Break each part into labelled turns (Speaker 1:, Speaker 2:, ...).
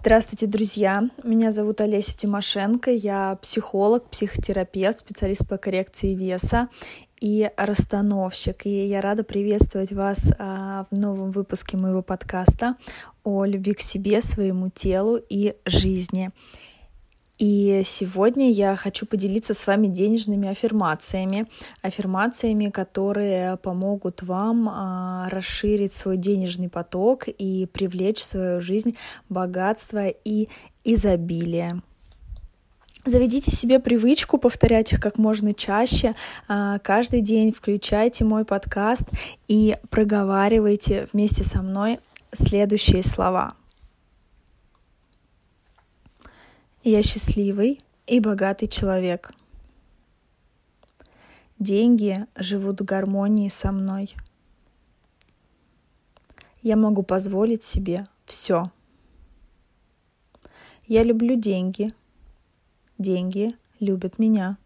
Speaker 1: Здравствуйте, друзья! Меня зовут Олеся Тимошенко, я психолог, психотерапевт, специалист по коррекции веса и расстановщик. И я рада приветствовать вас в новом выпуске моего подкаста о любви к себе, своему телу и жизни. И сегодня я хочу поделиться с вами денежными аффирмациями, которые помогут вам расширить свой денежный поток и привлечь в свою жизнь богатство и изобилие. Заведите себе привычку повторять их как можно чаще. Каждый день включайте мой подкаст и проговаривайте вместе со мной следующие слова. Я счастливый и богатый человек. Деньги живут в гармонии со мной. Я могу позволить себе все. Я люблю деньги. Деньги любят меня.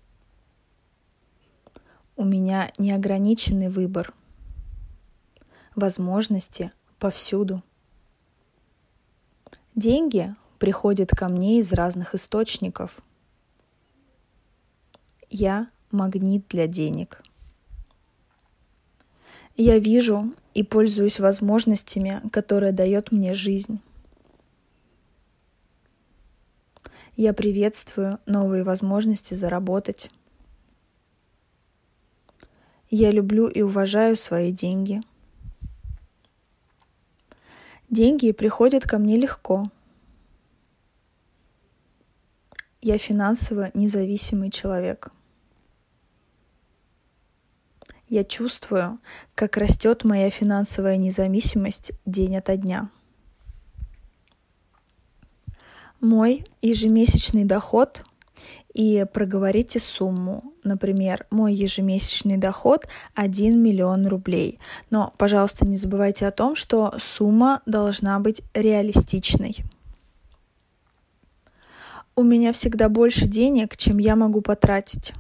Speaker 1: У меня неограниченный выбор. Возможности повсюду. Деньги приходят ко мне из разных источников. Я магнит для денег. Я вижу и пользуюсь возможностями, которые дает мне жизнь. Я приветствую новые возможности заработать. Я люблю и уважаю свои деньги. Деньги приходят ко мне легко. Я финансово независимый человек. Я чувствую, как растет моя финансовая независимость день ото дня. Мой ежемесячный доход, и проговорите сумму. Например, мой ежемесячный доход 1 миллион рублей. Но, пожалуйста, не забывайте о том, что сумма должна быть реалистичной. У меня всегда больше денег, чем я могу потратить.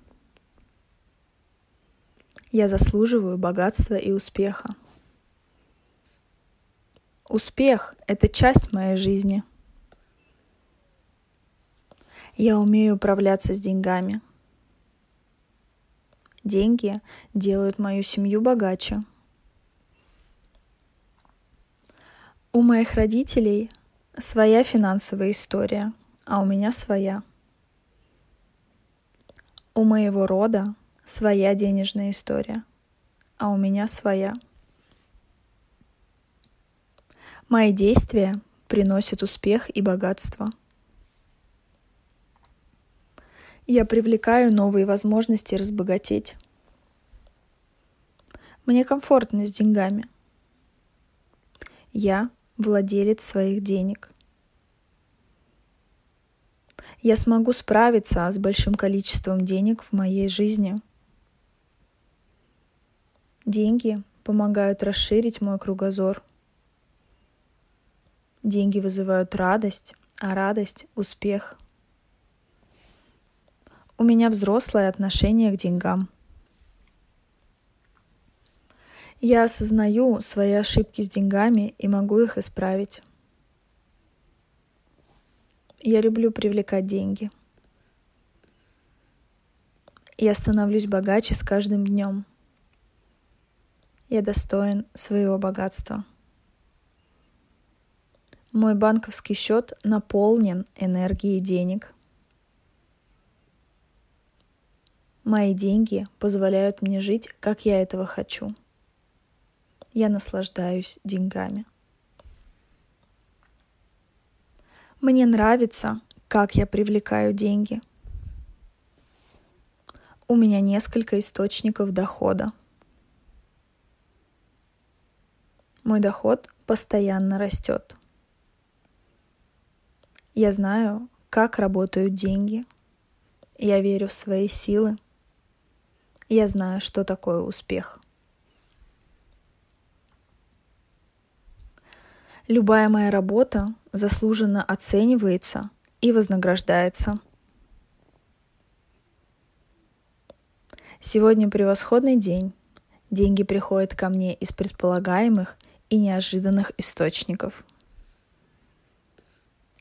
Speaker 1: Я заслуживаю богатства и успеха. Успех – это часть моей жизни. Я умею управляться с деньгами. Деньги делают мою семью богаче. У моих родителей своя финансовая история, а у меня своя. У моего рода своя денежная история, а у меня своя. Мои действия приносят успех и богатство. Я привлекаю новые возможности разбогатеть. Мне комфортно с деньгами. Я владелец своих денег. Я смогу справиться с большим количеством денег в моей жизни. Деньги помогают расширить мой кругозор. Деньги вызывают радость, а радость – успех. У меня взрослое отношение к деньгам. Я осознаю свои ошибки с деньгами и могу их исправить. Я люблю привлекать деньги. Я становлюсь богаче с каждым днем. Я достоин своего богатства. Мой банковский счет наполнен энергией денег. Мои деньги позволяют мне жить, как я этого хочу. Я наслаждаюсь деньгами. Мне нравится, как я привлекаю деньги. У меня несколько источников дохода. Мой доход постоянно растет. Я знаю, как работают деньги. Я верю в свои силы. Я знаю, что такое успех. Любая моя работа заслуженно оценивается и вознаграждается. Сегодня превосходный день. Деньги приходят ко мне из предполагаемых и неожиданных источников.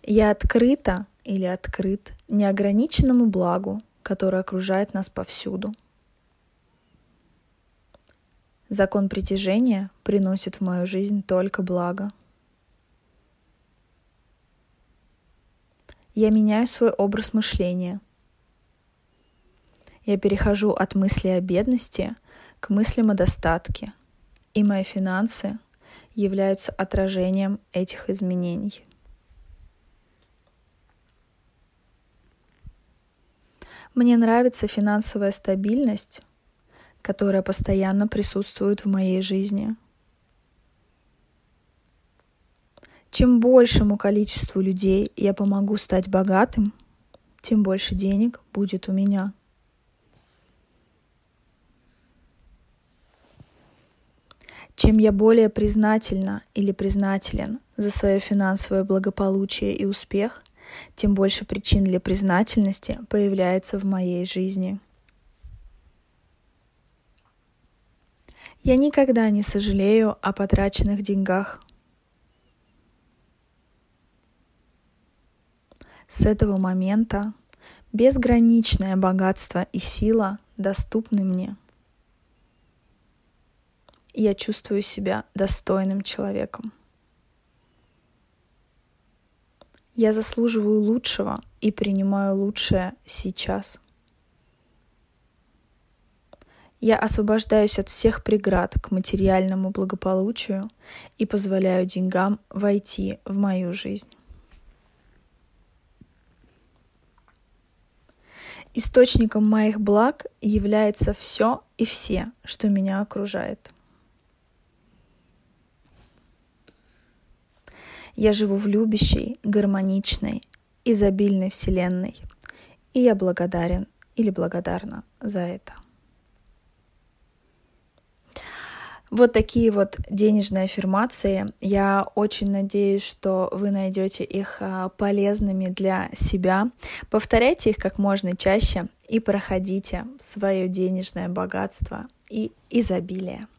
Speaker 1: Я открыта или открыт неограниченному благу, которое окружает нас повсюду. Закон притяжения приносит в мою жизнь только благо. Я меняю свой образ мышления. Я перехожу от мысли о бедности к мыслям о достатке, и мои финансы являются отражением этих изменений. Мне нравится финансовая стабильность, которая постоянно присутствует в моей жизни. Чем большему количеству людей я помогу стать богатым, тем больше денег будет у меня. Чем я более признательна или признателен за свое финансовое благополучие и успех, тем больше причин для признательности появляется в моей жизни. Я никогда не сожалею о потраченных деньгах. С этого момента безграничное богатство и сила доступны мне. Я чувствую себя достойным человеком. Я заслуживаю лучшего и принимаю лучшее сейчас. Я освобождаюсь от всех преград к материальному благополучию и позволяю деньгам войти в мою жизнь. Источником моих благ является все и все, что меня окружает. Я живу в любящей, гармоничной, изобильной вселенной, и я благодарен или благодарна за это. Вот такие вот денежные аффирмации. Я очень надеюсь, что вы найдете их полезными для себя. Повторяйте их как можно чаще и проходите свое денежное богатство и изобилие.